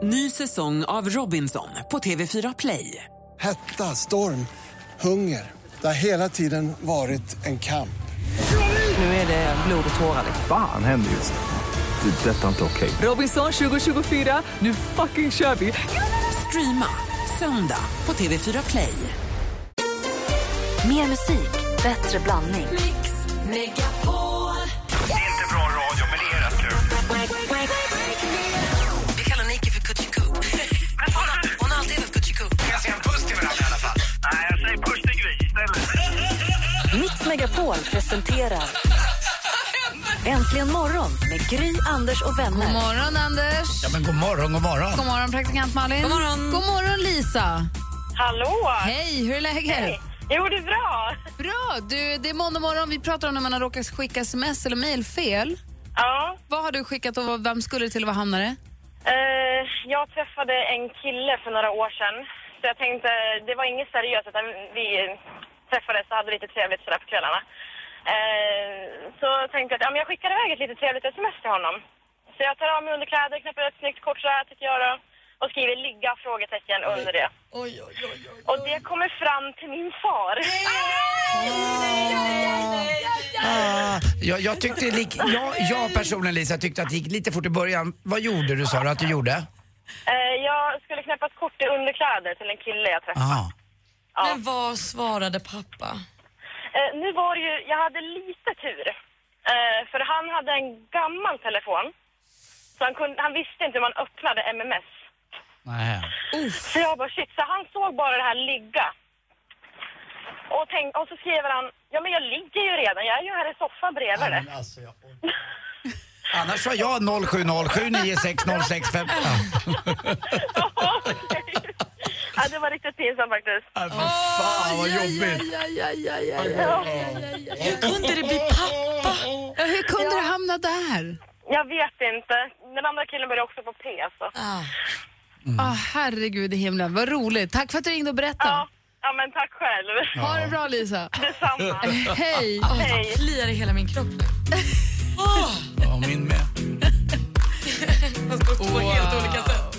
Ny säsong av Robinson på TV4 Play. Hetta, storm, hunger. Det har hela tiden varit en kamp. Nu är det blod och tårar. Fan händer just nu. Det. Detta är inte okej. Robinson 2024, nu fucking kör vi. Streama söndag på TV4 Play. Mer musik, bättre blandning. Mix Megapol. Det är inte bra radio, men det är rätt kul. Vi kallar Nike för Kutchiku. Hon har alltid hetat Kutchiku. Jag säger en puss till varandra i alla fall. Nej, jag säger puss till Gry istället. Mix Megapol presenterar Äntligen morgon med Gry, Anders och vänner. God morgon, Anders. Ja, men god morgon, god morgon. God morgon, praktikant Malin. God morgon. God morgon, Lisa. Hallå! Hej, hur är läget? Hej. Jo, det är bra. Bra. Du, det är måndag morgon. Vi pratar om när man har råkat skicka sms eller mejl fel. Ja. Vad har du skickat och vem skulle det till och vad hamnade det? Jag träffade en kille för några år sedan. Så jag tänkte, det var inget seriöst utan vi träffades och hade lite trevligt sådär på kvällarna. Så tänkte jag att jag skickar iväg ett lite trevligt sms till honom. Så jag tar av mig underkläder, knappar ett snyggt kort sådär tycker jag då. Och skriver ligga frågetecken under det. Oj. Och det kommer fram till min far. Jag tyckte jag personligen, Lisa, tyckte att det gick lite fort i början. Vad gjorde du, sa du att du gjorde? Jag skulle knäppa ett kort i underkläder till en kille jag träffade. Aha. Ja. Men vad svarade pappa? Nu var det ju, jag hade lite tur. För han hade en gammal telefon. Så han visste inte hur man öppnade MMS. Nej. Så jag bara shit, så han såg bara det här ligga. Och så skriver han, ja men jag ligger ju redan, jag är ju här i soffan bredvid det. Alltså, annars var jag 0707960665. Ja, det var riktigt pinsamt faktiskt. Fan vad jobbigt. Hur kunde det bli pappa? Ja, hur kunde det hamna där? Jag vet inte. Den andra killen började också på P så. Herregud i himlen, vad roligt. Tack för att du ringde och berättade. Ja men tack själv. Ha det bra, Lisa. Detsamma. Hej. Hej. Kliar i hela min kropp nu. Ja, min med. Fast på två helt olika sätt.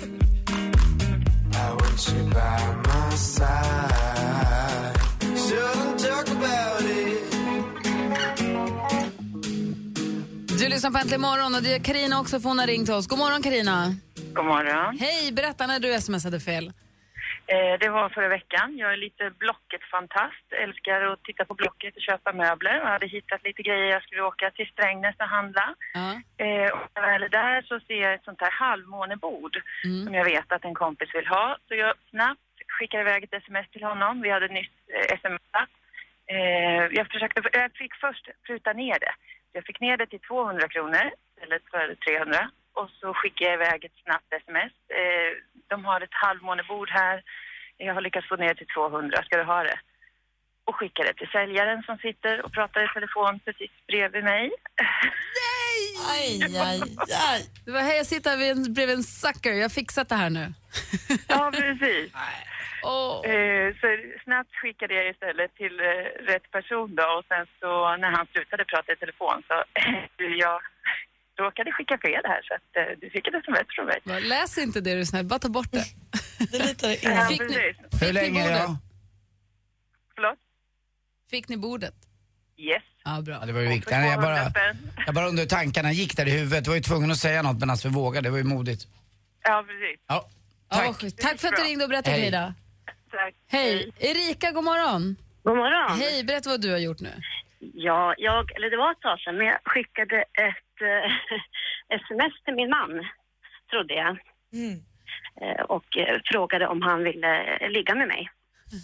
Du lyssnar på Äntligen morgon och det är Carina också, för hon har ringt oss. God morgon, Carina. God morgon. Hej, berätta när du smsade fel. Det var förra veckan. Jag är lite Blocket-fantast. Älskar att titta på Blocket och köpa möbler. Jag hade hittat lite grejer. Jag skulle åka till Strängnäs och handla. Och när jag är där så ser jag ett sånt här halvmånebord som jag vet att en kompis vill ha. Så jag snabbt skickar iväg ett sms till honom. Vi hade nyss smsat. Jag fick först pruta ner det. Jag fick ner det till 200 kronor istället för 300. Och så skickade jag iväg ett snabbt sms. De har ett halvmånebord här. Jag har lyckats få ner till 200. Ska du ha det? Och skickade det till säljaren som sitter och pratar i telefon precis bredvid mig. Nej! Aj. Det var hej, jag sitter här bredvid en sucker. Jag har fixat det här nu. Ja, precis. Så snabbt skickade jag istället till rätt person då. Och sen så när han slutade prata i telefon så jag råkade skicka fel här så att du fick ett sms från mig. Läs inte det, du är snäll. Bara ta bort det. Det litar det Ja, in. precis. Hur länge då? Förlåt? Fick ni bordet? Yes. Ja, bra. Ja, det var ju viktigt. Jag bara undrar hur tankarna gick där i huvudet. Du var ju tvungen att säga något, men alltså vi vågade. Det var ju modigt. Ja, precis. Ja, Tack. tack. Tack för att du ringde och berättade, Frida. Tack. Hej. Erika, god morgon. God morgon. Hej, berätta vad du har gjort nu. Ja, det var ett tag sedan, men jag skickade ett sms till min man, trodde jag. Och frågade om han ville ligga med mig.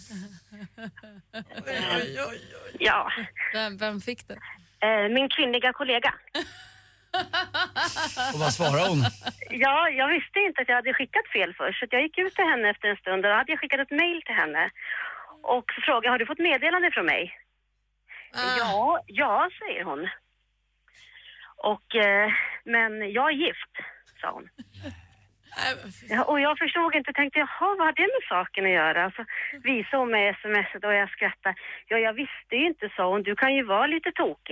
Ja. Vem fick det? Min kvinnliga kollega. Och vad svarade hon? Ja, jag visste inte att jag hade skickat fel först. Så jag gick ut till henne efter en stund och då hade jag skickat ett mejl till henne. Och frågade, har du fått meddelande från mig? Ja, säger hon. Och, men jag är gift, sa hon. Ja, och jag förstod inte, tänkte jaha, vad har det med saken att göra? Så visade hon mig smset och jag skrattade. Ja, jag visste ju inte, sa hon, du kan ju vara lite tokig.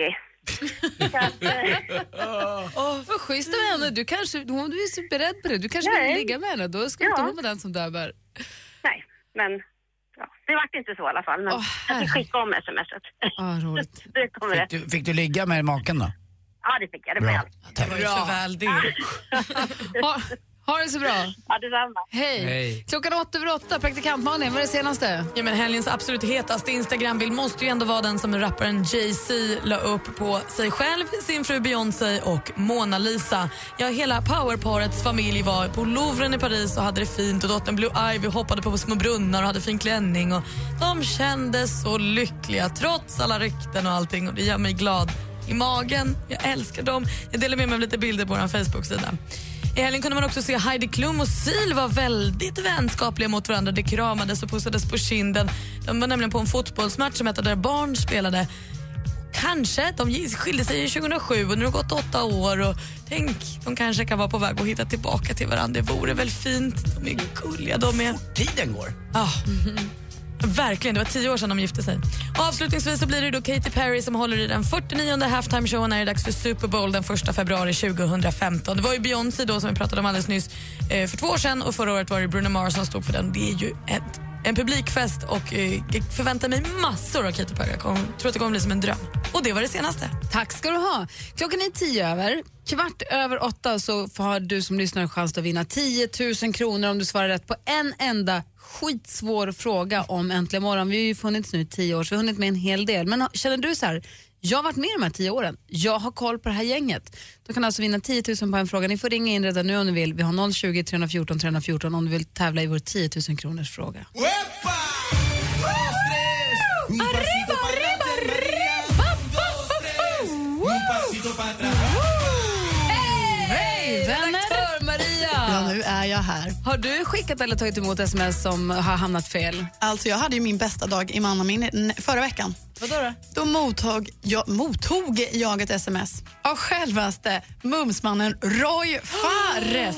Vad schysst av henne. Du är så beredd på det. Du kanske vill ligga med henne. Då ska inte hon med den som dövar. Nej, men det vart inte så i alla fall. Men jag fick skicka om sms'et. Roligt. Det kommer Fick du ligga med maken då? Ja, det fick jag. Det blev allt. Det var ju så väl det. Ha det så bra. Ja, detsamma. Hej. Klockan 8:08, praktikant Malin, vad är det senaste? Ja, men helgens absolut hetaste Instagrambild måste ju ändå vara den som rapparen Jay-Z la upp på sig själv, sin fru Beyoncé och Mona Lisa. Ja, hela powerparets familj var på Louvren i Paris och hade det fint, och dottern Blue Ivy hoppade på små brunnar och hade fin klänning, och de kändes så lyckliga trots alla rykten och allting, och det gör mig glad i magen. Jag älskar dem. Jag delar med mig av lite bilder på vår Facebook-sida. I helgen kunde man också se Heidi Klum och Sil var väldigt vänskapliga mot varandra. De kramades och pussades på kinden. De var nämligen på en fotbollsmatch som hette där barn spelade. Kanske, de skilde sig 2007 och nu har det gått 8 år. Och tänk, de kanske kan vara på väg att hitta tillbaka till varandra. Det vore väl fint. De är gulliga, de är... Tiden går. Ja. Verkligen, det var 10 år sedan de gifte sig. Och avslutningsvis så blir det då Katy Perry som håller i den 49:e halftime-showen när det är dags för Super Bowl den 1 februari 2015. Det var ju Beyoncé då som vi pratade om alldeles nyss för 2 år sedan, och förra året var det Bruno Mars som stod för den. Det är ju en publikfest, och jag förväntar mig massor av Katy Perry. Jag tror att det kommer bli som en dröm. Och det var det senaste. Tack ska du ha. Klockan är 10:00. 7:15 så har du som lyssnar chans att vinna 10 000 kronor om du svarar rätt på en enda skitsvår fråga om Äntligen morgon. Vi har ju funnits nu 10 år, så vi har hunnit med en hel del. Men känner du så här, jag har varit med de här 10 åren, jag har koll på det här gänget, då kan du alltså vinna 10 000 på en fråga. Ni får ringa in redan nu om ni vill. Vi har 020-314 314 om du vill tävla i vår 10 000 kronors fråga. Hej, vänner! Maria! Ja, nu är jag här. Har du skickat eller tagit emot sms som har hamnat fel? Alltså, jag hade ju min bästa dag i Mannamin förra veckan. Vadå? Då mottog jag ett sms av självaste mumsmannen Roy Fares.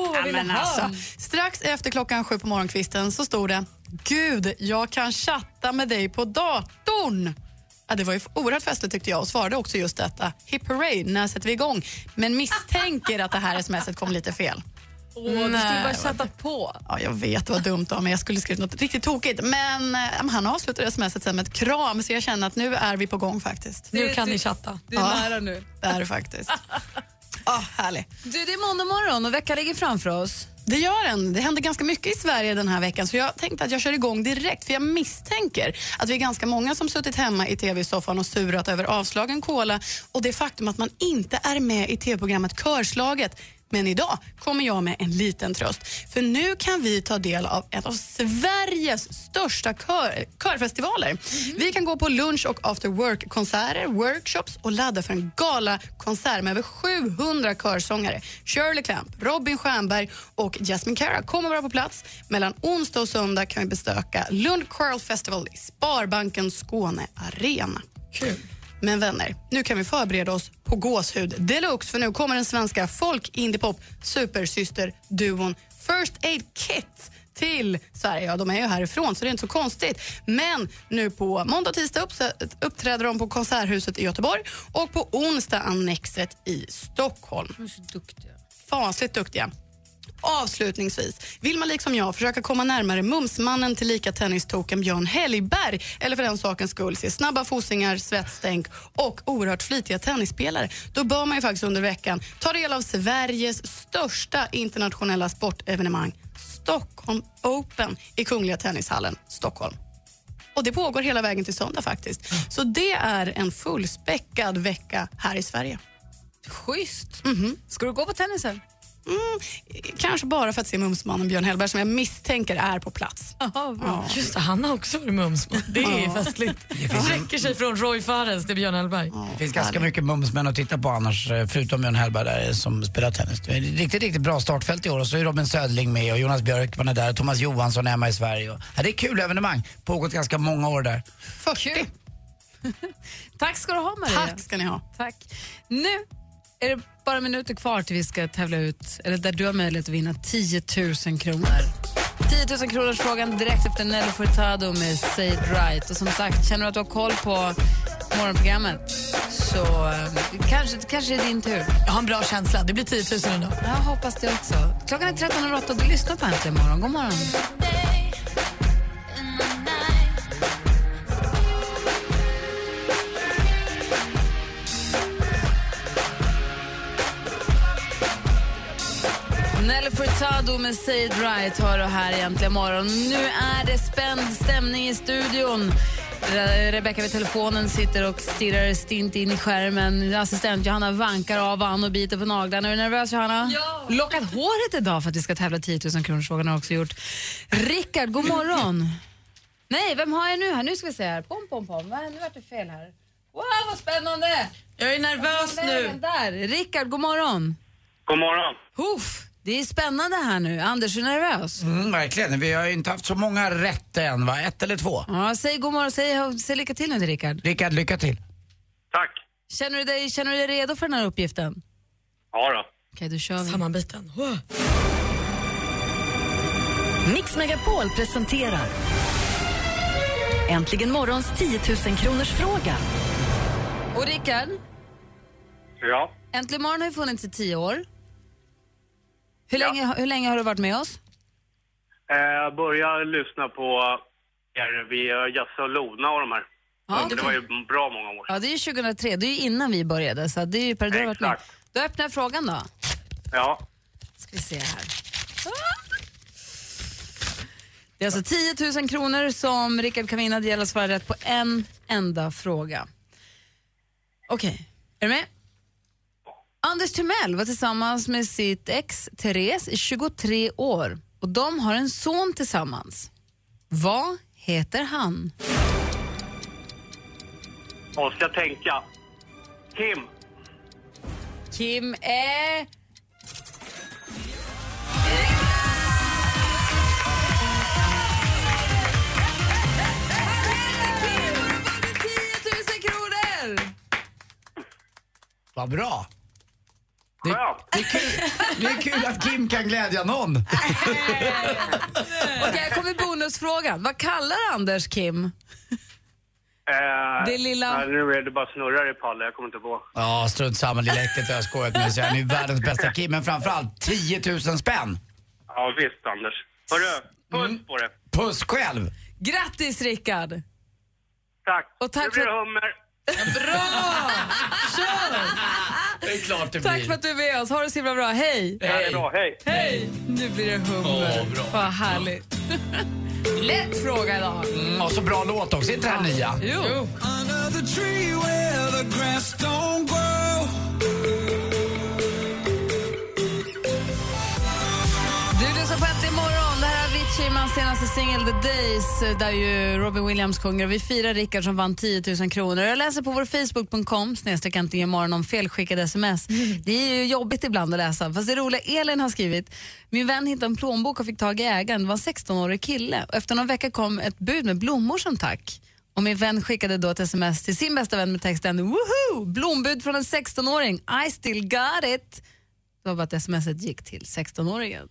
Strax efter 7:00 på morgonkvisten så stod det: Gud, jag kan chatta med dig på datorn. Ja, det var ju oerhört festligt tyckte jag, och svarade också just detta. Hip hooray, när sätter vi igång? Men misstänker att det här smset kom lite fel. Du skulle bara sätta på. Ja, jag vet, det var dumt av mig. Jag skulle skriva något riktigt tokigt. Men han avslutade smset sen med ett kram, så jag känner att nu är vi på gång faktiskt. Nu kan ni chatta. Du är nära nu. Det är det faktiskt. Härligt. Du, det är måndag morgon och veckan ligger framför oss. Det gör den. Det händer ganska mycket i Sverige den här veckan, så jag tänkte att jag kör igång direkt, för jag misstänker att vi är ganska många som suttit hemma i tv-soffan och surat över avslagen kola och det faktum att man inte är med i tv-programmet Körslaget. Men idag kommer jag med en liten tröst. För nu kan vi ta del av ett av Sveriges största körfestivaler. Vi kan gå på lunch- och after work-konserter, workshops och ladda för en galakonsert med över 700 körsångare. Shirley Clamp, Robin Stjernberg och Jasmine Cara kommer vara på plats. Mellan onsdag och söndag kan vi besöka Lund Choral Festival i Sparbanken Skåne Arena. Kul. Men vänner, nu kan vi förbereda oss på gåshud deluxe, för nu kommer den svenska folk-indie-pop supersyster-duon First Aid Kit till Sverige. Ja, de är ju härifrån så det är inte så konstigt. Men nu på måndag och tisdag uppträder de på Konserthuset i Göteborg och på onsdag Annexet i Stockholm. De är så duktiga. Fasligt duktiga. Avslutningsvis, vill man liksom jag försöka komma närmare mumsmannen till lika tennistoken Björn Hellberg, eller för den sakens skull se snabba fossingar, svettstänk och oerhört flitiga tennisspelare, då bör man ju faktiskt under veckan ta del av Sveriges största internationella sportevenemang, Stockholm Open i Kungliga Tennishallen, Stockholm. Och det pågår hela vägen till söndag faktiskt. Så det är en fullspäckad vecka här i Sverige. Schysst. Ska du gå på tennisen? Kanske bara för att se mumsmannen Björn Hellberg som jag misstänker är på plats. Just det, han har också varit mumsman. Det är festligt. Det räcker sig från Roy Fares till Björn Hellberg. Det finns ganska mycket mumsmän att titta på annars, förutom Björn Hellberg där, som spelar tennis. Det är ett riktigt bra startfält i år, och så är Robin Södling med och Jonas Björkman är där, Thomas Johansson är hemma i Sverige. Det är kul evenemang, pågått ganska många år där. 40. Tack ska du ha, Maria. Tack ska ni ha. Tack. Nu är det bara minuter kvar till vi ska tävla ut, eller där du har möjlighet att vinna 10 000 kronor. 10 000 kronors frågan direkt efter Nelly Furtado med Say It Right. Och som sagt, känner du att du har koll på morgonprogrammet, så kanske är det din tur. Jag har en bra känsla. Det blir 10 000 idag. Jag hoppas det också. Klockan är 13:08 och du lyssnar på Äntligen morgon. God morgon. Nelly Furtado med Say It Right har du här egentligen morgon. Nu är det spänd stämning i studion. Rebecca vid telefonen sitter och stirrar stint in i skärmen. Assistent Johanna vankar av och biter på naglarna. Är du nervös, Johanna? Ja! Lockat håret idag för att vi ska tävla 10 000 kronor. Frågan har också gjort. Rickard, god morgon. Nej, vem har jag nu här? Nu ska vi se här. Pom. Nu vart det fel här. Wow, vad spännande! Jag är nervös nu. Där. Rickard, god morgon. God morgon. Huff. Det är spännande här nu. Anders, är du nervös? Verkligen. Vi har ju inte haft så många rätt än, va? 1 eller 2. Ja, säg god morgon. Säg lycka till nu till Rickard. Rickard, lycka till. Tack. Känner du dig redo för den här uppgiften? Ja då. Okej, då kör vi. Sammanbiten. Mix Megapol presenterar Äntligen morgons 10 000 kronors fråga. Och Rickard? Ja. Äntligen morgon har ju funnits i 10 år. Hur länge har du varit med oss? Jag började lyssna på Jasse och Lona och de här. Ja, det var ju bra många år. Ja, det är ju 2003. Det är ju innan vi började. Så det är ju per du har varit med. Då öppnar jag frågan då. Ja. Ska vi se här. Det är alltså 10 000 kronor som Rickard kan vinna. Det gäller att svara rätt på en enda fråga. Okej, är du med? Anders Timell var tillsammans med sitt ex Therese i 23 år. Och de har en son tillsammans. Vad heter han? Och ska tänka. Kim är... Vad bra. Det är kul att Kim kan glädja någon. Okej, här kommer bonusfrågan. Vad kallar Anders Kim? Det lilla... Nej, nu är det bara snurrar i pallen, jag kommer inte på. Ja, strunt samma, lilla äckligt jag skojat med. Så han är världens bästa Kim, men framförallt 10 000 spänn. Ja, visst Anders. Hörru, puss på det. Puss själv. Grattis Rickard. Tack. Och tack det blir hummer. Bra! Kör! Det är klart det tack blir. för att du är med oss. Ha det så himla bra. Hej! Ja, det är bra. Hej! Hej! Nu blir det hummer. Bra. Vad härligt. Lätt fråga idag. Och så bra låt också, inte det här nya? Jo. Du lyssnar på Äntligen morgon. Det här är Avicii med hans senaste singel The Days, där ju Robin Williams sjunger. Vi firar Rickard som vann 10 000 kronor. Jag läser på vår Facebook.com/Äntligen morgon om felskickade sms. Det är ju jobbigt ibland att läsa. Fast det roliga, Elin har skrivit: min vän hittade en plånbok och fick tag i ägaren. Det var en 16-årig kille. Och efter någon vecka kom ett bud med blommor som tack. Och min vän skickade då ett sms till sin bästa vän med texten: woohoo! Blombud från en 16-åring. I still got it. Det var bara att smset gick till 16-åringen.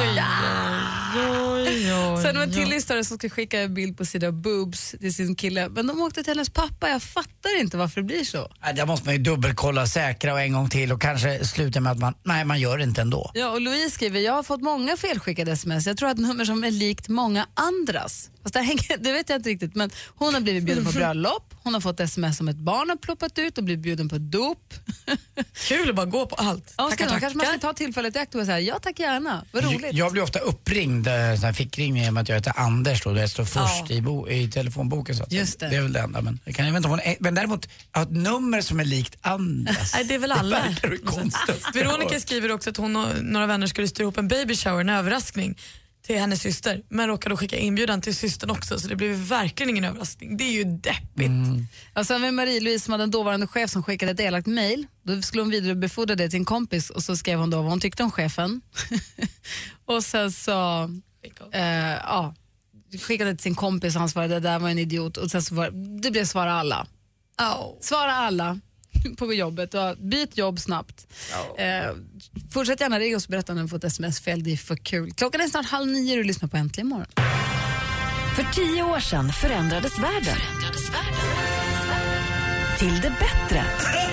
Sen var en till lyssnare som ska skicka en bild på sina boobs till sin kille. Men de åkte till hennes pappa. Jag fattar inte varför det blir så. Där måste man ju dubbelkolla, säkra och en gång till. Och kanske sluta med att man gör det inte ändå. Ja, och Louise skriver: jag har fått många felskickade sms. Jag tror att nummer som är likt många andras. Fast det vet jag inte riktigt. Men hon har blivit bjuden på bröllop. Hon har fått sms om ett barn har ploppat ut och blivit bjuden på dop. Kul att bara gå på allt. Ja, kanske man ska ta tillfället i akt och säga ja tack gärna. Vad roligt. Jag blir ofta uppringd, fickring med att jag heter Anders då, det står först i telefonboken. Så just det. Det är väl det enda. Men, jag kan inte men däremot att ett nummer som är likt Anders. Nej, det är väl alla. Det konstigt. Veronica skriver också att hon och några vänner skulle styra ihop en baby shower, en överraskning till hennes syster, men råkade skicka inbjudan till systern också, så det blev verkligen ingen överraskning. Det är ju deppigt. Och sen var Marie-Louise som hade en dåvarande chef som skickade ett elakt mejl. Då skulle hon vidarebefordra det till en kompis och så skrev hon då vad hon tyckte om chefen. Och sen så skickade det till sin kompis och han svarade det där var en idiot. Och sen så det blev svara alla. Svara alla på jobbet och byt jobb snabbt. Fortsätt gärna ringa och berätta när du fått sms-fel, det är för kul. Klockan är snart 8:30 och du lyssnar på Äntligen morgon. För 10 år sedan förändrades världen. till det bättre.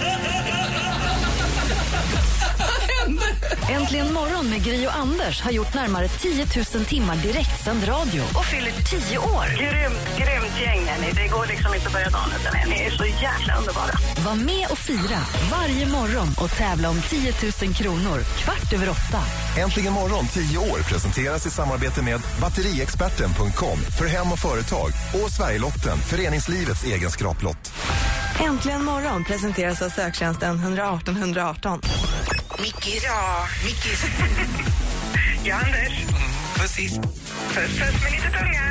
Äntligen morgon med Gry och Anders har gjort närmare 10 000 timmar direktsänd radio och fyller 10 år. Grymt gäng är ni. Det går liksom inte att börja dagen utan ni är så jäkla underbara. Var med och fira varje morgon och tävla om 10 000 kronor 8:15. Äntligen morgon 10 år presenteras i samarbete med batteriexperten.com för hem och företag och Sverigelotten, föreningslivets egen skraplott. Äntligen morgon presenteras av söktjänsten 118 118. Mickis. Ja, Mickis. Ja, Anders. Puss med lite tunga.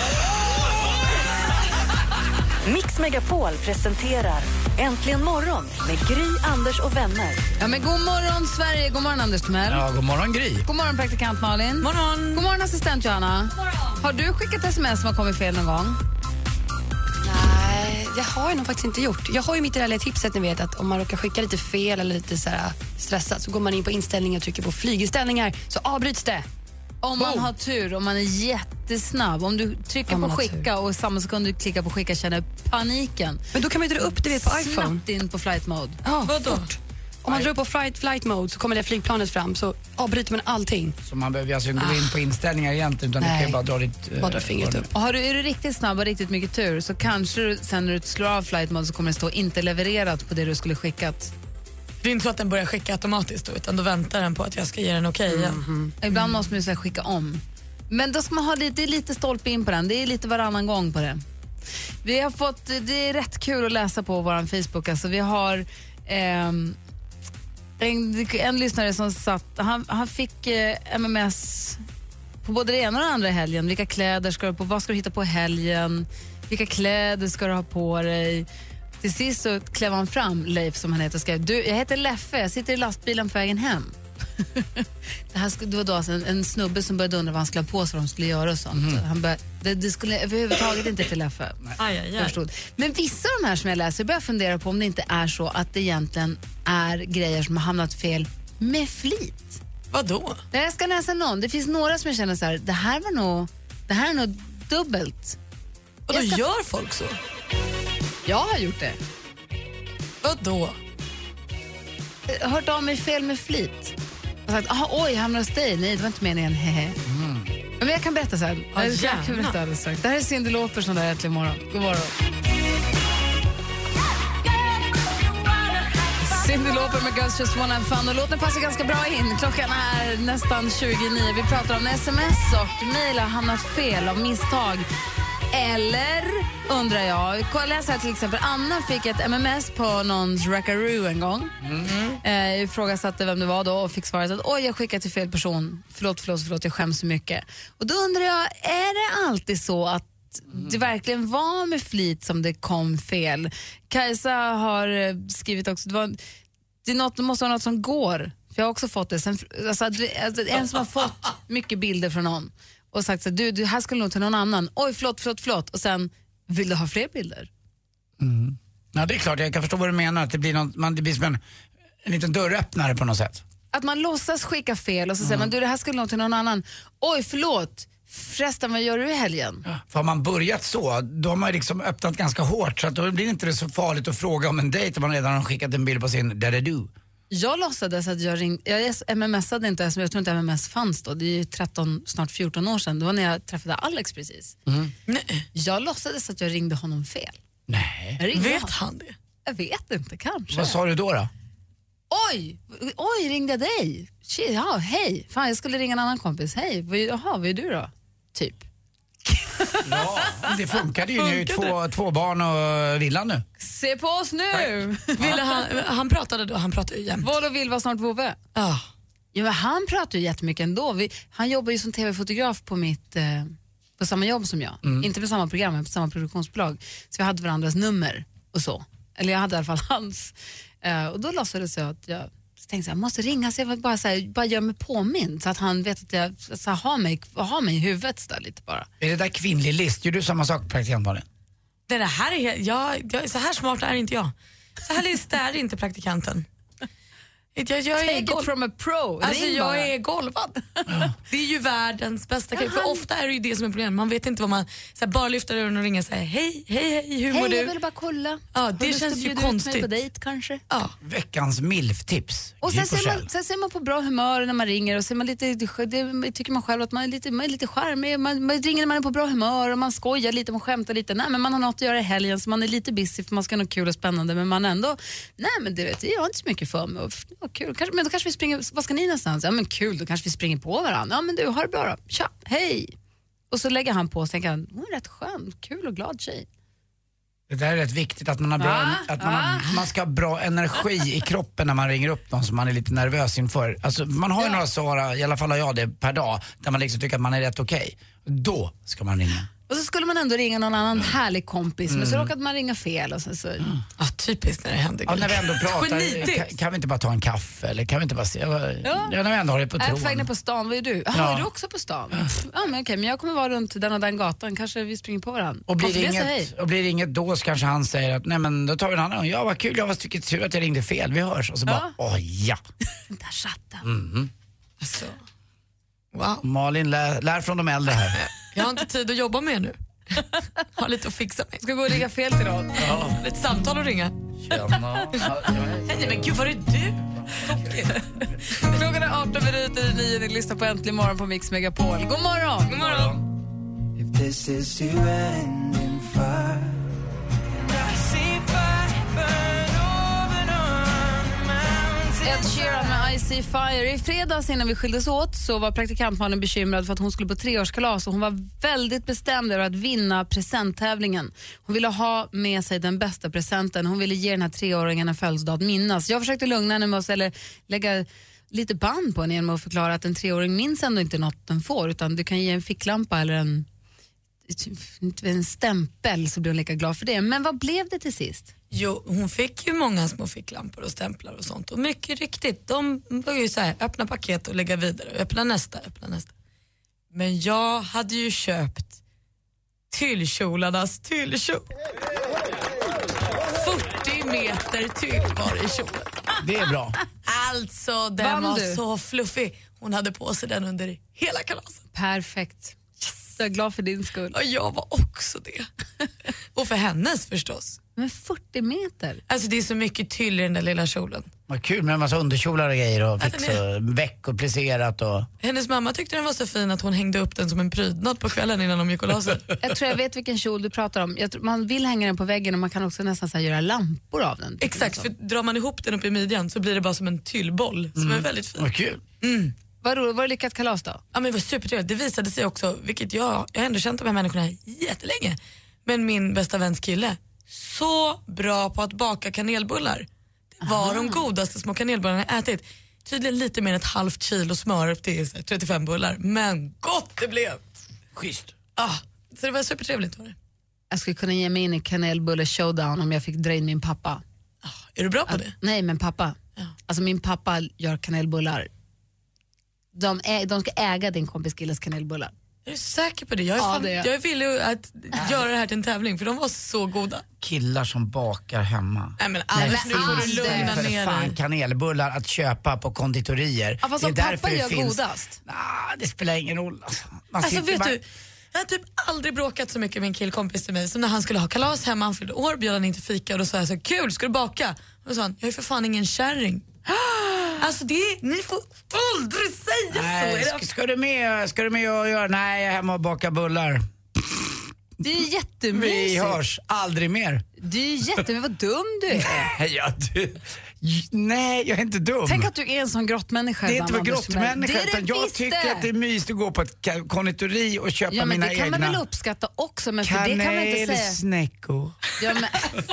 Mix Megapol presenterar Äntligen morgon med Gry, Anders och vänner. Ja, men god morgon Sverige, god morgon Anders Timell. Ja, god morgon Gry. God morgon praktikant Malin. Morgon. God morgon assistent Johanna. Morgon. Har du skickat sms som har kommit fel någon gång? Nej, det har jag nog faktiskt inte gjort. Jag har ju mitt ärliga tipset, ni vet, att om man råkar skicka lite fel eller lite så här stressat så går man in på inställningar och trycker på flyginställningar så avbryts det. Om man har tur, om man är jättesnabb. Om du trycker på skicka och samma sekund du klickar på skicka känner paniken. Men då kan man ju dra upp det på iPhone. Snabbt in på flight mode. Ja, fort. Om man drar upp på flight mode så kommer det flygplanet fram så avbryter man allting. Så man behöver alltså inte gå in på inställningar egentligen utan du kan ju bara dra ditt... Bara dra fingret upp. Och är du riktigt snabb och riktigt mycket tur så kanske du, sen när du slår av flight mode så kommer det stå inte levererat på det du skulle skickat. Det är inte så att den börjar skicka automatiskt då, utan då väntar den på att jag ska ge den okej igen. Ibland måste man ju skicka om. Men då ska man ha lite stolpe in på den. Det är lite varannan gång på det. Vi har fått, det är rätt kul att läsa på vår Facebook. Alltså vi har en lyssnare som satt, han fick MMS på både det ena och det andra i helgen. Vilka kläder ska du på? Vad ska du hitta på helgen? Vilka kläder ska du ha på dig? Till sist så klev han fram, Leif som han heter, och skrev: jag heter Leffe, jag sitter i lastbilen på vägen hem. Det var då alltså en snubbe som började undra vad han skulle ha på sig, vad de skulle göra och sånt. Det skulle överhuvudtaget inte till Leffe. Jag förstod. Men vissa av de här som jag läser börjar fundera på om det inte är så att det egentligen är grejer som har hamnat fel med flit. Vadå? Jag ska läsa någon. Det finns några som jag känner så här, det här är nog dubbelt. Och då gör folk så? Jag har gjort det. Vadå? Jag har hört av mig fel med flit. Jag har sagt, oj, jag hamnar hos dig. Nej, det var inte meningen. Men jag kan berätta sen. Det här är Cyndi Lauper som där äntligen morgon. God morgon. Cyndi Lauper med Girls Just Wanna Have Fun. Och låten passar ganska bra in. Klockan är nästan 29. Vi pratar om sms och mejl har hamnat fel av misstag. Eller, undrar jag läser här till exempel, Anna fick ett MMS på någons Rackaroo en gång. Jag ifrågasatte vem det var då och fick svaret att oj, jag skickade till fel person. Förlåt, jag skäms så mycket. Och då undrar jag, är det alltid så att det verkligen var med flit som det kom fel? Kajsa har skrivit också, det måste vara något som går. För jag har också fått det. Sen, en som har fått mycket bilder från någon och sagt så du här skulle nog till någon annan. Oj, förlåt. Och sen, vill du ha fler bilder? Ja, det är klart, jag kan förstå vad du menar. Att det blir som en liten dörröppnare på något sätt. Att man låtsas skicka fel och så säger man, det här skulle nog till någon annan. Oj, förresten, vad gör du i helgen? Ja, för har man börjat så, då har man liksom öppnat ganska hårt. Så att då blir det inte så farligt att fråga om en dejt om man redan har skickat en bild på sin da-da-do. Jag låtsades att jag MMSade inte, jag tror inte MMS fanns då. Det är ju 13, snart 14 år sedan. Det var när jag träffade Alex precis. Nej. Jag låtsades att jag ringde honom fel. Nej. Vet han det? Jag vet inte, kanske. Vad sa du då? Oj, ringde jag dig? Shit, ja, hej. Fan, jag skulle ringa en annan kompis. Hej, vad är du då? Typ. Ja, det funkade ju. Ni är ju två barn och Villan nu. Se på oss nu! Han pratade då, han pratade ju jämt. Vad vill vara snart vovve? Ja, men han pratar ju jättemycket ändå. Han jobbar ju som tv-fotograf på samma jobb som jag. Inte på samma program, men på samma produktionsbolag. Så vi hade varandras nummer och så. Eller jag hade i alla fall hans. Och då låtsades jag att jag tänkte jag måste ringa, så jag bara gör mig påmind så att han vet att jag har mig i huvudet där lite bara. Är det där kvinnlig list? Gör du samma sak, praktikantmannen? Det här är så här smart är inte jag. Så här list är inte praktikanten. Jag Take är it from a pro. Alltså Ring jag bara. är golvad. Det är ju världens bästa grej. För ofta är det ju det som är problemet. Man vet inte vad man... Så här, bara lyfter öronen och ringer och säger hej, hur mår du? Hej, jag vill bara kolla. Ja, det känns ju konstigt. Mig på dejt kanske. Ja. Veckans milftips. Och sen ser man på bra humör när man ringer och ser man lite, det tycker man själv att man är lite charmig. Man ringer när man är på bra humör och man skojar lite, man skämtar lite. Nej, men man har något att göra i helgen så man är lite busy för man ska ha något kul och spännande. Men man ändå, nej men du vet, jag har inte så mycket för mig. Kul. Men då kanske vi springer, vad ska ni någonstans? Ja men kul, då kanske vi springer på varandra. Ja men du, har det bra då. Tja, hej. Och så lägger han på och tänker han, hon är rätt skön, kul och glad tjej. Det där är rätt viktigt att man har bra, man ska ha bra energi i kroppen när man ringer upp någon som man är lite nervös inför. Alltså man har ju några svar, i alla fall har jag det per dag, där man liksom tycker att man är rätt okej. Då ska man ringa. Och så skulle man ändå ringa någon annan härlig kompis, men så råkade man ringa fel och så. Ja, typiskt när det händer. Ja, när vi ändå pratar, kan vi inte bara ta en kaffe eller kan vi inte bara se? Ja, när vi ändå har det på tron. Jag är på väg ner på stan, vad är du? Jaha, är du också på stan? Ja, men okej, men jag kommer vara runt den och den gatan, kanske vi springer på varandra. Och blir det inget då så kanske han säger att nej men då tar vi en annan. Ja, vad kul, jag var tycker tur att jag ringde fel, vi hörs. Och så bara, ja. Där satt den. Alltså. Wow. Malin lär från de äldre här. Jag har inte tid att jobba med nu. Har lite att fixa mig. Ska gå och ringa fel till någon. Ja. Lite samtal att ringa. Nej men gud, var är du? Klockan är 18:09. Ni lyssnar på Äntligen morgon på Mix Megapol. God morgon. God morgon. If this is you ending fire. Ed Sheeran med I See Fire. I fredags innan vi skildes åt så var praktikantmannen bekymrad för att hon skulle på 3-årskalas och hon var väldigt bestämd över att vinna presenttävlingen. Hon ville ha med sig den bästa presenten. Hon ville ge den här 3-åringen en födelsedag att minnas. Jag försökte lugna henne med att lägga lite band på henne genom att förklara att en 3-åring minns ändå inte något den får, utan du kan ge en ficklampa eller en stämpel så blir hon lika glad för det. Men vad blev det till sist? Jo, hon fick ju många små ficklampor och stämplar och sånt. Och mycket riktigt, de var ju så här, öppna paket och lägga vidare. Öppna nästa. Men jag hade ju köpt tyllkjolarnas tyllkjol. 40 meter tyll var i kjolen. Det är bra. Alltså, den var så fluffig. Hon hade på sig den under hela kalasen. Perfekt. Jag är glad för din skull. Och jag var också det. Och för hennes förstås. Men 40 meter? Alltså det är så mycket tyll i den där lilla kjolen. Vad kul med en massa underkjolar och grejer och väck och plisserat och... Hennes mamma tyckte den var så fin att hon hängde upp den som en prydnad på kvällen innan de gick och la sig. Jag tror jag vet vilken kjol du pratar om. Man vill hänga den på väggen och man kan också nästan så här, göra lampor av den. Exakt, för drar man ihop den upp i midjan så blir det bara som en tyllboll som är väldigt fin. Vad kul. Var det lyckat kalas då? Ja, men det var supertrevligt. Det visade sig också, vilket jag har ändå känt de här människorna jättelänge. Men min bästa väns kille, så bra på att baka kanelbullar. Det var de godaste små kanelbullarna jag ätit. Tydligen lite mer än ett halvt kilo smör upp till 35 bullar. Men gott det blev. Schysst. Så det var supertrevligt. Jag skulle kunna ge mig in i kanelbulle showdown om jag fick dra in min pappa. Är du bra på det? Nej, men pappa. Ja. Alltså min pappa gör kanelbullar. De ska äga din kompis killes kanelbullar. Är du säker på det? Jag är villig att göra det här till en tävling för de var så goda. Killar som bakar hemma. Nej men Anders, nu får du lugna ner dig. Kanelbullar att köpa på konditorier. Ja, fast om pappa gör godast. Det spelar ingen roll. Alltså vet du, jag har typ aldrig bråkat så mycket med en killkompis till mig som när han skulle ha kalas hemma, han fyllde år, bjöd han inte fika och då sa jag så kul, ska du baka? Och då sa han, jag är för fan ingen kärring. Alltså ni får aldrig säga så. Ska du med och göra? Nej, jag är hemma och bakar bullar. Det är jättemysigt. Vi hörs aldrig mer. Det är jättemysigt, vad dum du är. Nej, jag är inte dum. Tänk att du är en sån grottmänniska. Det är inte grottmänniska, utan jag tycker att det är mysigt att gå på ett konditori och köpa mina egna. Ja, men det kan man väl uppskatta också, men för det kan man inte säga. Kanelsnäckor. Ja, men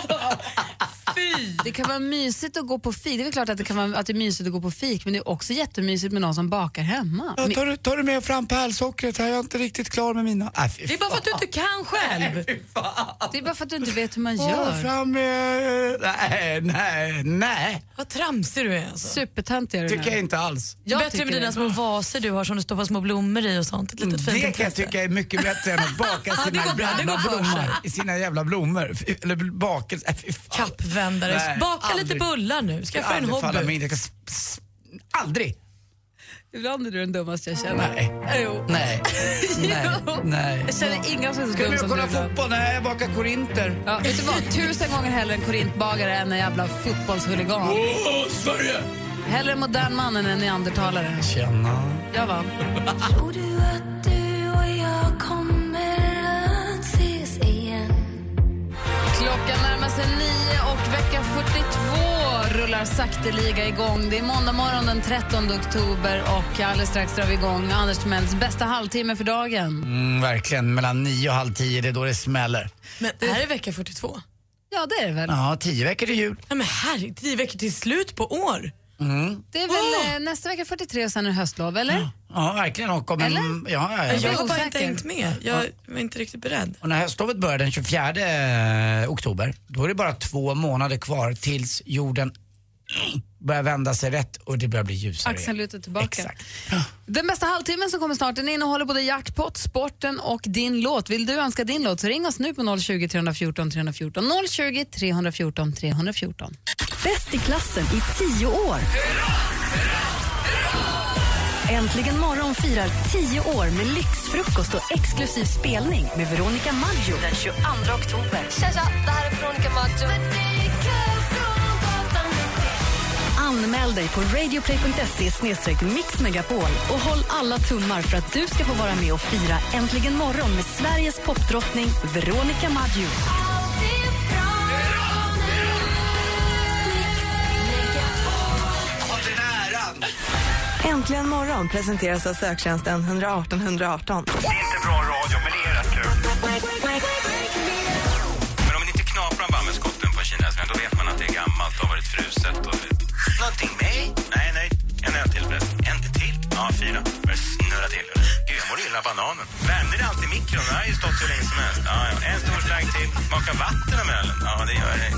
det kan vara mysigt att gå på fik. Det är väl klart att det kan vara att det är mysigt att gå på fik, men det är också jättemysigt med någon som bakar hemma. Ja, tar du med fram pärlsockret här? Jag är inte riktigt klar med mina. Det är bara för att du inte kan själv. Det är bara för att du inte vet hur man gör. Fram med... Nej. Vad tramsig du är alltså. Supertöntig är du. Tycker jag inte alls. Det är bättre med dina små vaser du har som du stoppar små blommor i och sånt. Ett litet fint det kan jag tycka är mycket bättre än att baka sina jävla blommor. I sina jävla blommor. Eller bakelse. Kappvänd. kalendare. Nej, Baka aldrig. lite bullar nu. Skaffa en hobby. Aldrig. Ibland är du den dummaste jag känner. Nej. Jo. Nej. Nej. Jag känner inga som är så Ska dum du som kolla du ibland. fotboll? Nej, jag bakar korinter. Ja, vet du vad? 1000 gånger hellre en korintbagare än en jävla fotbollshuligan. Sverige! Hellre en modern man än en neandertalare. Tjena. Jag vann. Tror du att du och jag kommer att ses igen? Klockan närmar sig 9 och vecka 42 rullar sakteliga igång. Det är måndag morgon den 13 oktober och alldeles strax drar vi igång Anders Timells bästa halvtimme för dagen. Verkligen, mellan 9 och halv 10, det är då det smäller. Men det här är vecka 42. Ja, det är det väl. Ja, 10 veckor till jul. Ja, men här 10 veckor till slut på år. Det är väl nästa vecka 43 och sen är det höstlov, eller? Ja, verkligen. Och om Eller? Ja. Jag har bara osäker. inte hängt med. Jag var inte riktigt beredd. Och när höstlovet börjar den 24 oktober, då är det bara 2 månader kvar tills jorden börjar vända sig rätt och det börjar bli ljusare. Axeln lutar tillbaka. Exakt. Den bästa halvtimmen som kommer snart, den innehåller både jackpot, sporten och din låt. Vill du önska din låt så ring oss nu på 020 314 314. 020 314 314. Bäst i klassen i 10 år. Äntligen morgon firar 10 år med lyxfrukost och exklusiv spelning med Veronica Maggio den 22 oktober. Tja, det här är Veronica Maggio. Anmäl dig på radioplay.se/mixmegapol och håll alla tummar för att du ska få vara med och fira Äntligen morgon med Sveriges popdrottning Veronica Maggio. Äntligen morgon presenteras av söktjänsten 118 118. Det är inte bra radio, men det är rätt kul. Men om det inte knaprar bara med skotten på kinesiska, då vet man att det är gammalt och har varit fruset. Och... Någonting med? Nej. En öl till förresten. En till? Ja, 4. Börjar snurra till. Gud, jag mår illa bananen. Värmer det alltid i mikron? Det har ju stått hur länge som helst. Ja. En stor slang till. Smaka vatten om ölen. Ja, det gör det.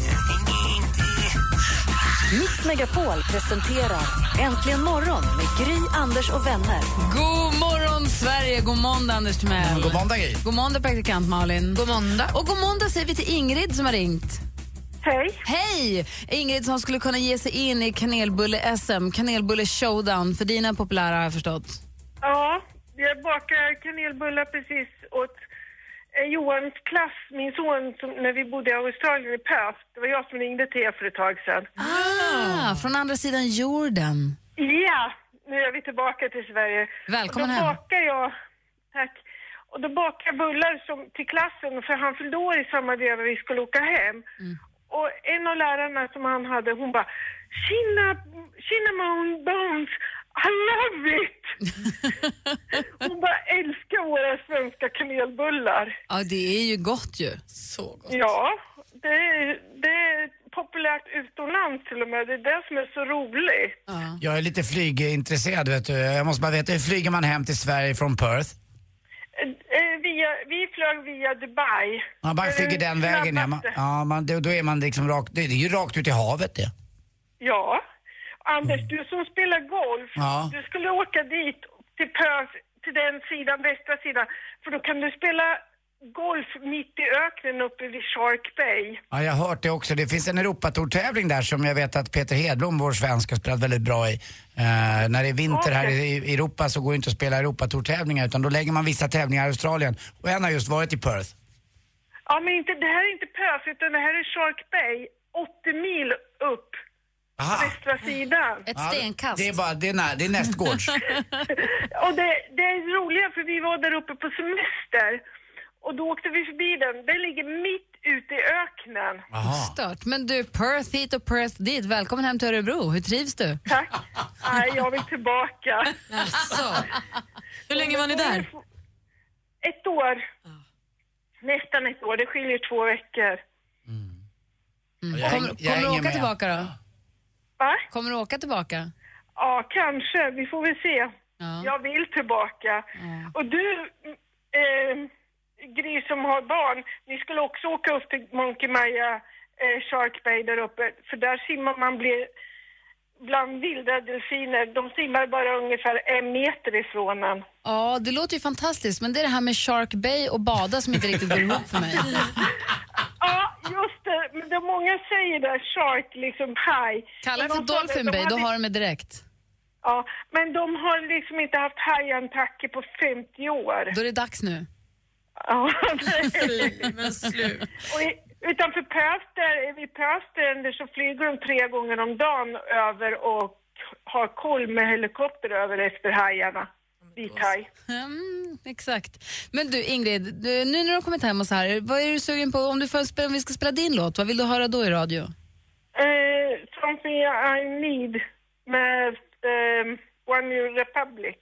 Mix Megapol presenterar Äntligen morgon med Gry, Anders och vänner. God morgon Sverige, god måndag Anders Timell. God måndag Gry. God måndag praktikant Malin. God måndag. Och god måndag säger vi till Ingrid som har ringt. Hej. Hej! Ingrid som skulle kunna ge sig in i kanelbulle-SM, kanelbulle-showdown. För dina populära har jag förstått. Ja, jag bakar kanelbullar precis åt Johans klass, min son, när vi bodde i Australien i Perth. Det var jag som ringde till er för ett tag sedan. Från andra sidan jorden. Ja, nu är vi tillbaka till Sverige. Välkommen hem. Då bakar jag, tack. Och då bakar jag bullar till klassen, för han fyllde år i samma veva vi skulle åka hem. Och en av lärarna som han hade, hon bara, Cinnamon Bones, I love it! Hon bara älskar våra svenska kanelbullar. Ja, det är ju gott ju. Så gott. Ja, det är populärt utomlands till och med. Det är det som är så roligt. Jag är lite flygintresserad, vet du. Jag måste bara veta, hur flyger man hem till Sverige från Perth? Vi flög via Dubai. Man bara flyger den vägen ner. Ja, då är man liksom rakt, det är ju rakt ut i havet det. Ja. Anders, du som spelar golf, du skulle åka dit till Perth, till den sidan, västra sidan. För då kan du spela golf mitt i öknen uppe vid Shark Bay. Ja, jag har hört det också. Det finns en Europatour-tävling där som jag vet att Peter Hedblom, vår svensk, har spelat väldigt bra i. När det är vinter här i Europa så går det inte att spela Europatour-tävlingar, utan då lägger man vissa tävlingar i Australien. Och en har just varit i Perth. Ja, men det här är inte Perth, utan det här är Shark Bay, 80 mil upp. På västra sidan. Ett stenkast. Det är nästgårds. Och det är roliga, för vi var där uppe på semester. Och då åkte vi förbi den. Den ligger mitt ute i öknen. Stört. Men du, Perth hit och Perth dit. Välkommen hem till Örebro. Hur trivs du? Tack. Nej, jag vill tillbaka. Hur länge var ni där? 1 år. Nästan 1 år. Det skiljer 2 veckor. Kommer du åka tillbaka då? Va? Kommer du åka tillbaka? Ja, kanske. Vi får väl se. Ja. Jag vill tillbaka. Och du, Gry som har barn, ni skulle också åka upp till Monkey Maya Shark Bay där uppe. För där simmar man bland vilda delfiner. De simmar bara ungefär 1 meter ifrån en. Ja, det låter ju fantastiskt. Men det är det här med Shark Bay och bada som inte riktigt går ihop för mig. Ja, just det. Men då många säger det, shark, liksom haj. Kalla det för dolphin bay, då har de det direkt. Ja, men de har liksom inte haft hajattacker på 50 år. Då är det dags nu. Ja, men slut. Och utanför vid Pöstränder så flyger de 3 gånger om dagen över och har koll med helikopter över efter hajarna. Vithaj. Exakt. Men du Ingrid, nu när du har kommit hem och så här, vad är du sugen på om vi ska spela din låt? Vad vill du höra då i radio? Something I Need med One Republic.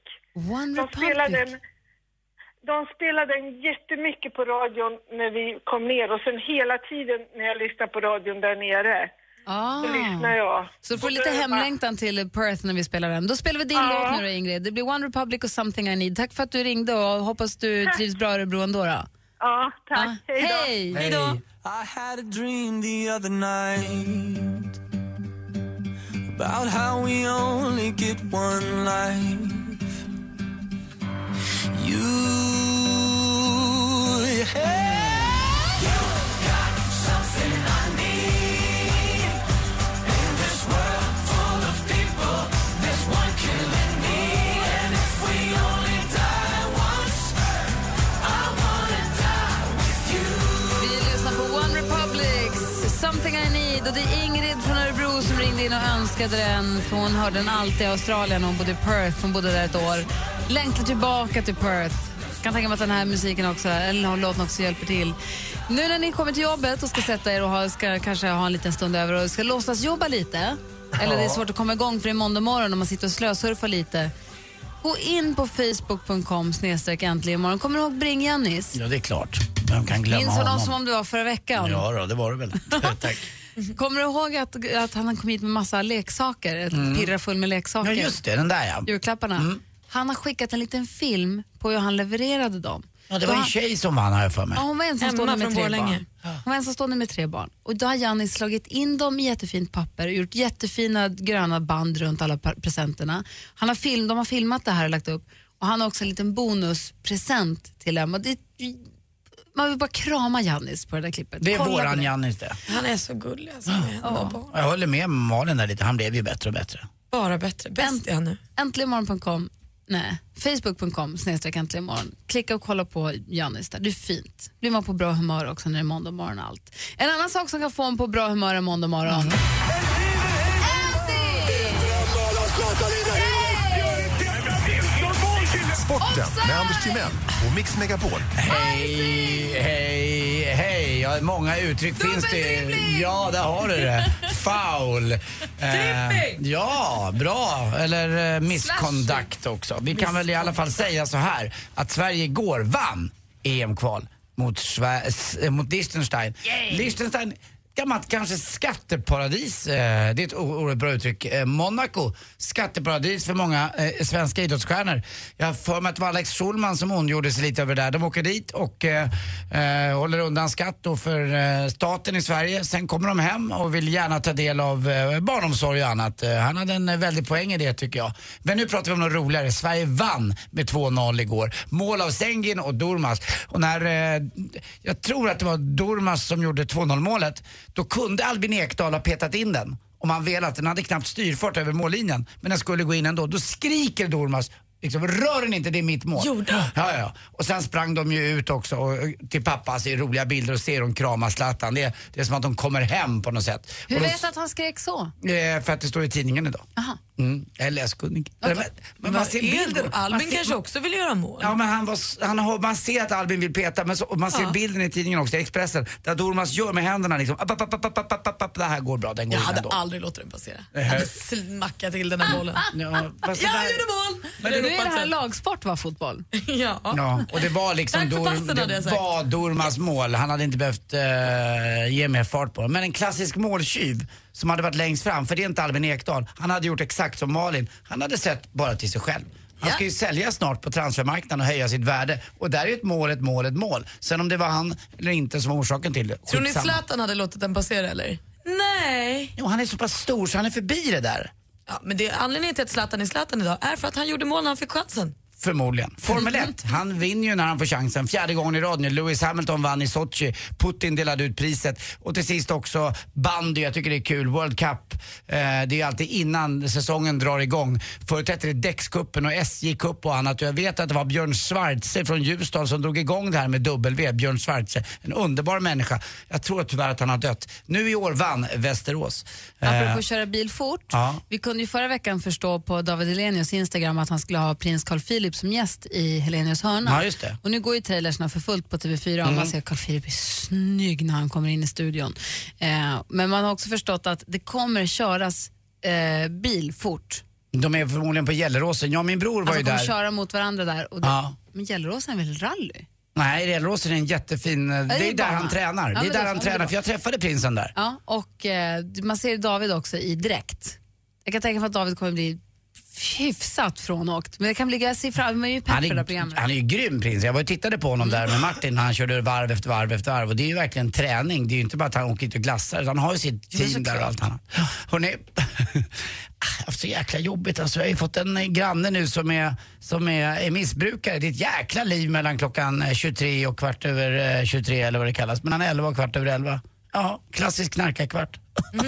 De spelade den jättemycket på radion när vi kom ner och sen hela tiden när jag lyssnar på radion där nere. Så lyssnar jag. Så du får lite hemlängtan till Perth när vi spelar den. Då spelar vi din låt nu då, Ingrid. Det blir One Republic och Something I Need. Tack för att du ringde och hoppas du trivs bra i Örebro ändå då. Ja, tack. Hej då. Hej då. I had a dream the other night about how we only get one life. Something I Need, och det är Ingrid från Örebro som ringde in och önskade den, för hon hörde den alltid i Australien och hon bodde i Perth, hon bodde där ett år. Längtar tillbaka till Perth. Kan tänka mig att den här musiken också, eller låten också hjälper till. Nu när ni kommer till jobbet och ska sätta er och ska kanske ha en liten stund över och ska låtsas jobba lite, eller det är svårt att komma igång för det är måndag morgon och man sitter och slösurfar lite. Gå in på facebook.com/äntligen. Kommer du ihåg Bring-Jannis? Ja, det är klart. Vem kan glömma Minns honom? som om det var förra veckan? Ja, då, det var det väl. Tack. Kommer du ihåg att han kom hit med massa leksaker? Ett pirra full med leksaker. Ja, just det. Den där, ja. Julklapparna. Han har skickat en liten film på hur han levererade dem. Ja, det var en tjej som vann, har jag för mig. Ja, hon var ensamstående med 3 barn. Hon var ensamstående med 3 barn. Och då har Janni slagit in dem i jättefint papper och gjort jättefina gröna band runt alla presenterna. De har filmat det här och lagt upp. Och han har också en liten bonuspresent till dem. Och man vill bara krama Jannis på det där klippet. Det är våran Jannis det. Han är så gullig alltså. Jag håller med Malin där lite, han blev ju bättre och bättre. Bara bättre, bäst är han nu. Äntligenmorgon.com, nej, facebook.com/äntligenmorgon. Klicka och kolla på Jannis där, det är fint. Blir man på bra humör också när det är måndag morgon och allt. En annan sak som kan få en på bra humör en måndag morgon. Sporten med Anders Timell och Mix Megapol. Hej. Ja, många uttryck finns det. Ja, där har du det. Foul. Ja, bra. Eller misconduct också. Vi kan väl i alla fall säga så här att Sverige igår vann EM-kval mot Liechtenstein. Liechtenstein, gammalt kanske skatteparadis, det är ett oerhört bra uttryck. Monaco, skatteparadis för många svenska idrottsstjärnor. Jag har för mig att det var Alex Schulman som ondgjorde sig lite över det där. De åker dit och håller undan skatt då för staten i Sverige. Sen kommer de hem och vill gärna ta del av barnomsorg och annat. Han hade en väldig poäng i det tycker jag. Men nu pratar vi om något roligare. Sverige vann med 2-0 igår. Mål av Zengin och Durmaz. Och när jag tror att det var Durmaz som gjorde 2-0-målet, då kunde Albin Ekdal ha petat in den om han velat. Den hade knappt styrfart över mållinjen, men den skulle gå in ändå. Då skriker Durmaz liksom, rör den inte, det är mitt mål. Ja. Och sen sprang de ju ut också och till pappa, ser roliga bilder och ser de krama Zlatan. Det är som att de kommer hem på något sätt. Hur vet du att han skrek så? För att det står i tidningen idag. Aha. Jag är läskunnig. Men man ser bilden. Albin kanske också vill göra mål. Ja, men man ser att Albin vill peta, men man ser bilden i tidningen också, i Expressen, där Durmaz gör med händerna liksom, det här går bra, den går. Jag hade aldrig låtit den passera. Jag hade smackat till den här bollen. Jag gjorde mål! Men nu är det här lagsport, va, fotboll? Ja, och det var liksom Durmaz mål. Han hade inte behövt ge mer fart på det. Men en klassisk måltjuv som hade varit längst fram, för det är inte Albin Ekdal. Han hade gjort exakt som Malin. Han hade sett bara till sig själv. Han ska ju sälja snart på transfermarknaden och höja sitt värde. Och där är ett mål. Sen om det var han eller inte som var orsaken till det. Tror ni Zlatan hade låtit den passera eller? Nej. Jo, han är så pass stor så han är förbi det där. Ja, men anledningen till att Zlatan är Zlatan idag är för att han gjorde mål när han fick chansen. Förmodligen. Formel 1, han vinner ju när han får chansen. 4:e gången i rad nu. Lewis Hamilton vann i Sochi. Putin delade ut priset. Och till sist också bandy, jag tycker det är kul. World Cup, det är alltid innan säsongen drar igång. Förut hette det Däckskuppen och SJ-kupp och annat. Och jag vet att det var Björn Schwarze från Ljusdal som drog igång det här med W. Björn Schwarze, en underbar människa. Jag tror tyvärr att han har dött. Nu i år vann Västerås. Apropå att köra bil fort. Ja. Vi kunde ju förra veckan förstå på David Hellenius Instagram att han skulle ha prins Carl Philip som gäst i Hellenius hörna. Ja, just det. Och nu går ju trailersna för fullt på TV4 och man ser att Carl Philip är snygg när han kommer in i studion. Men man har också förstått att det kommer köras bil fort. De är förmodligen på Gelleråsen. Ja, min bror var ju där. De köra mot varandra där. Och men Gelleråsen är väl rally? Nej, Gelleråsen är en jättefin... Det är där han tränar. Ja, det är där han tränar, för jag träffade prinsen där. Ja, och man ser David också i direkt. Jag kan tänka mig att David kommer bli hyfsat frånåkt. Men det kan bli, jag ser fram emot ju pepp för det här programmet. Han är ju grym prins. Jag var och tittade på honom där med Martin när han körde varv efter varv efter varv. Och det är ju verkligen träning. Det är ju inte bara att han åker ut och glassar. Han har ju sitt team där och allt annat. Hörrni, jag har haft så jäkla jobbigt. Alltså, jag har ju fått en granne nu som är missbrukare. Det är ett jäkla liv mellan klockan 23 och 23 eller vad det kallas. Mellan 11 och 11. Ja, klassisk knarkarkvart.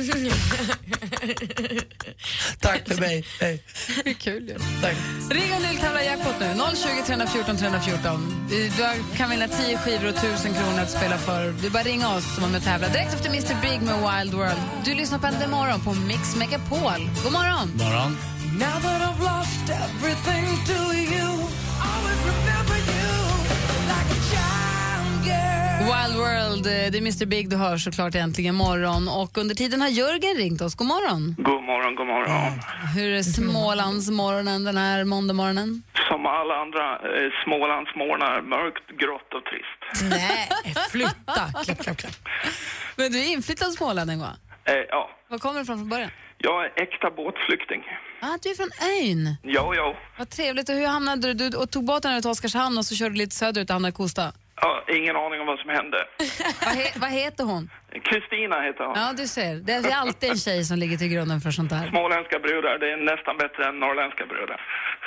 Tack för mig. Hej. Det är kul ju. Tack. Ring och nyll tävla jackpot nu. 020 314 314. Du kan vinna 10 skivor och 1000 kronor att spela för. Du bara ringa oss som om du tävlar. Direkt efter Mr. Big med Wild World. Du lyssnar på Äntligen morgon på Mix Megapol. God morgon. Morgon. Now that I've lost everything to you, always remember you like a child girl. Wild World, det är Mr. Big du hör såklart Äntligen morgon. Och under tiden har Jörgen ringt oss. God morgon. God morgon, god morgon. Hur är Smålandsmorgonen den här måndagmorgonen? Som alla andra Smålandsmorgnar, mörkt, grått och trist. Nej, flytta. Klapp, klapp, klapp. Men du är inflyttad smålänning, va? Ja. Var kommer du från början? Jag är äkta båtflykting. Du är från ön. Jo. Vad trevligt. Och hur hamnade du? Och tog båten över till Oskarshamn och så körde du lite söderut och hamnade i Kosta? Ja, ingen aning om vad som hände. Vad heter hon? Kristina heter hon. Ja, du ser. Det är alltid en tjej som ligger till grunden för sånt där. Småländska brudar, det är nästan bättre än norrländska brudar.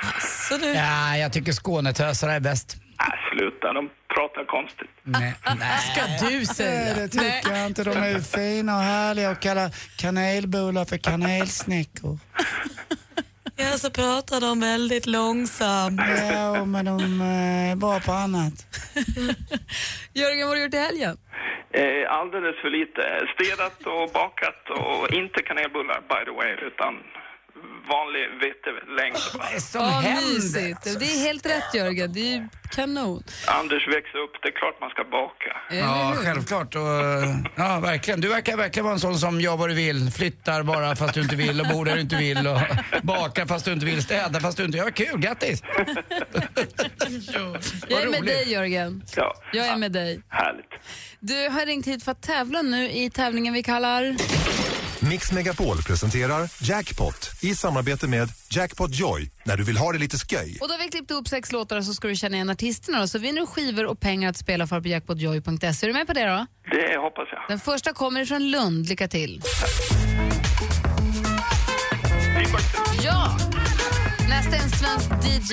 Ja, jag tycker Skånetösare är bäst. Sluta, de pratar konstigt. Nej. Ska du säga? Det tycker jag inte. De är ju fina och härliga och kallar kanelbullar för kanelsnäckor. Ja, så pratar de väldigt långsamt. Ja, men de är bra på annat. Jörgen, vad har du gjort i helgen? Alldeles för lite. Städat och bakat och inte kanelbullar, by the way, utan vanlig vetelängd. Vad är som händer? Det är helt rätt, Jörgen. Det är ju kanon. Anders växer upp, det är klart man ska baka. Ja, självklart. Och, ja, verkligen. Du verkar verkligen vara en sån som gör vad du vill. Flyttar bara fast du inte vill och bor där du inte vill och bakar fast du inte vill, städar fast du inte vill. Ja, kul, grattis! Jag är med dig, Jörgen. Ja. Jag är med dig. Härligt. Du har ringt hit för att tävla nu i tävlingen vi kallar... Mix Megapol presenterar Jackpot i samarbete med Jackpot Joy när du vill ha det lite sköj. Och då har vi klippt upp 6 låtar så ska du känna igen artisterna. Så vinner du skivor och pengar att spela för på jackpotjoy.se. Är du med på det då? Det hoppas jag. Den första kommer från Lund. Lycka till. Ja! Nästa är en svensk DJ.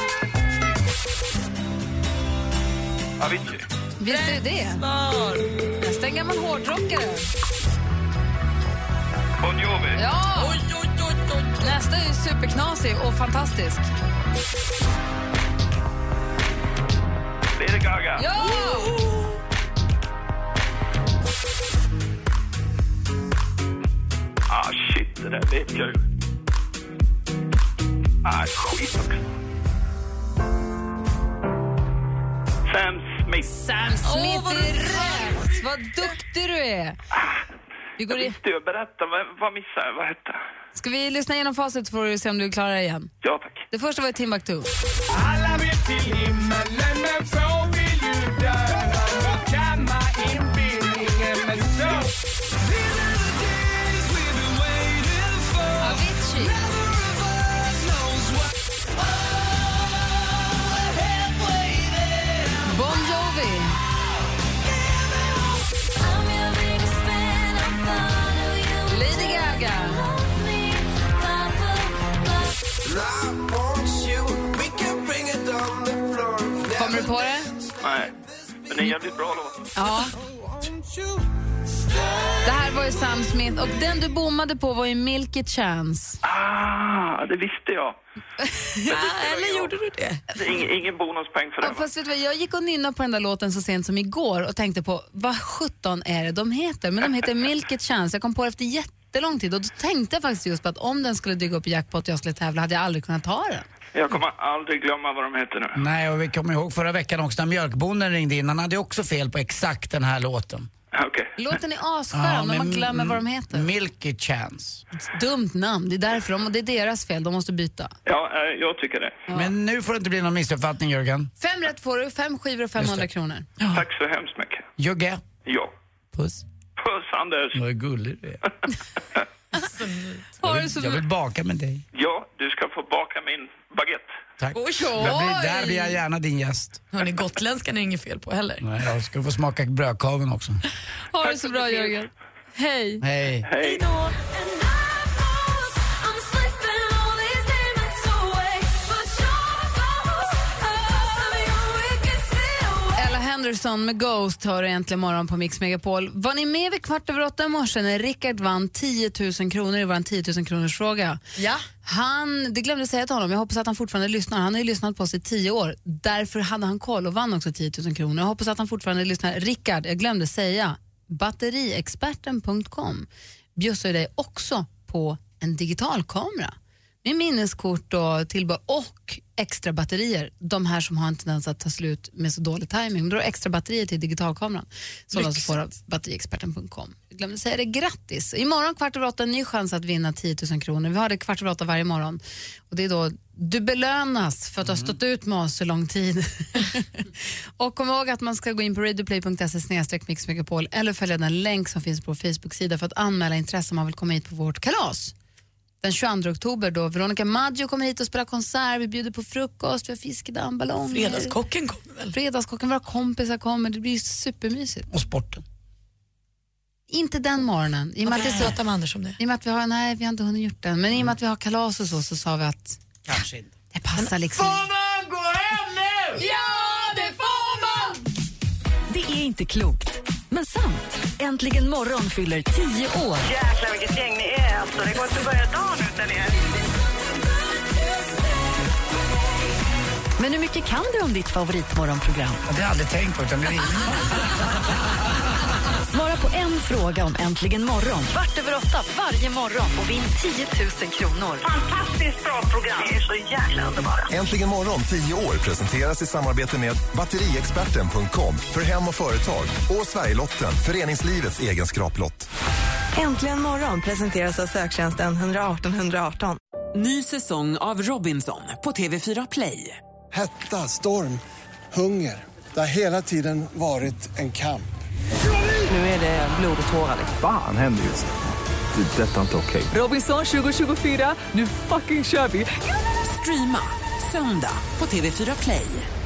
Avicii. Visst är det? Nästa är en gammal hårdrockare. Bon Jovi. Ja! Nästa är superknasig och fantastisk. Lady Gaga. Ja! Shit, det där vet jag ju. Skit också. Sam Smith. Sam Smith är rätt! Vad duktig du är! Vi går jag berätta, vad missade jag? Vad hette? Ska vi lyssna igenom facit för att se om du klarar det igen? Ja, tack. Det första var Timbuktu. Alla vet till himmelen, men få vill ju dö. Vad kan man inbillningen med så? Avicii. Bon Jovi. Lady Gaga. Nej, men det är en jävligt bra låt. Ja. Det här var ju Sam Smith och den du bommade på var ju Milky Chance. Det visste jag. Eller gjorde du det? Det är ingen bonuspoäng för det. Ja, fast vet du vad, jag gick och nynnade på den där låten så sent som igår och tänkte på vad 17 är det de heter? Men de heter Milky Chance. Jag kom på det efter jättelång tid och då tänkte jag faktiskt just på att om den skulle dyka upp i jackpot och jag skulle tävla hade jag aldrig kunnat ta den. Jag kommer aldrig glömma vad de heter nu. Nej, och vi kommer ihåg förra veckan också när mjölkbonden ringde in. Han hade också fel på exakt den här låten. Okay. Låten är asskön när man glömmer vad de heter. Milky Chance. Dumt namn, det är därför det är deras fel, de måste byta. Ja, jag tycker det. Ja. Men nu får det inte bli någon missuppfattning, Jörgen. 5 rätt får du, 5 skivor och 500 kronor. Ja. Tack så hemskt mycket. Jörgen. Ja. Puss. Puss, Anders. Vad gullig du är. Jag vill baka med dig. Ja, du ska få baka min baguette. Tack. Oj. Där blir jag gärna din gäst. Hörrni, gotländskan är inget fel på heller. Nej, jag ska få smaka brödkaveln också. Ha det så bra, Jörgen. Hej. Hej. Hej. Henderson med Ghost hör äntligen morgon på Mix Megapol. Var ni med vid 7:15 i morse när Rickard vann 10 000 kronor i vår 10 000 kronors fråga? Ja. Det glömde jag säga till honom. Jag hoppas att han fortfarande lyssnar. Han har ju lyssnat på oss i 10 år. Därför hade han koll och vann också 10 000 kronor. Jag hoppas att han fortfarande lyssnar. Rickard, jag glömde säga. Batteriexperten.com bjussar dig också på en digitalkamera. Med minneskort och tillbehör och extra batterier. De här som har en tendens att ta slut med så dålig timing. Då är extra batterier till digitalkameran. Som alltså får av batteriexperten.com. Jag glömde säga det, grattis. Imorgon 7:15 ny chans att vinna 10 000 kronor. Vi har det 7:15 varje morgon. Och det är då du belönas för att du har stått ut med oss så lång tid. Och kom ihåg att man ska gå in på radioplay.se/mixmegapol eller följa den länk som finns på vår Facebook-sida för att anmäla intresse om man vill komma hit på vårt kalas. Den 22 oktober då Veronica Maggio kommer hit och spelar konsert. Vi bjuder på frukost, vi har fiskedammballonger. Fredagskocken kommer väl? Fredagskocken, våra kompisar kommer. Det blir supermysigt. Och sporten? Inte den morgonen. I och med att det pratar med Anders om det. I och med att vi har inte hunnit gjort den. Men i och med att vi har kalas och så sa vi att kanske inte. Det passar liksom. Får man gå hem nu? Ja, det får man! Det är inte klokt, men sant. Äntligen morgon fyller 10 år. Jäklar vilket gäng ni är. Alltså, det går inte att börja dagen utan er. Men hur mycket kan du om ditt favoritmorgonprogram? Det har jag aldrig tänkt på, utan det är Svara på en fråga om Äntligen morgon. 7:15 varje morgon och vinn 10 000 kronor. Fantastiskt bra program. Det är så jäkla underbara. Äntligen morgon 10 år presenteras i samarbete med batteriexperten.com för hem och företag och Sverigelotten, föreningslivets egen skraplott. Äntligen morgon presenteras av söktjänsten 118 118. Ny säsong av Robinson på TV4 Play. Hetta, storm, hunger. Det har hela tiden varit en kamp. Nu är det blod och tårar. Fan händer just det. Det är detta inte okej. Robinson 2024, nu fucking kör vi. Streama söndag på TV4 Play.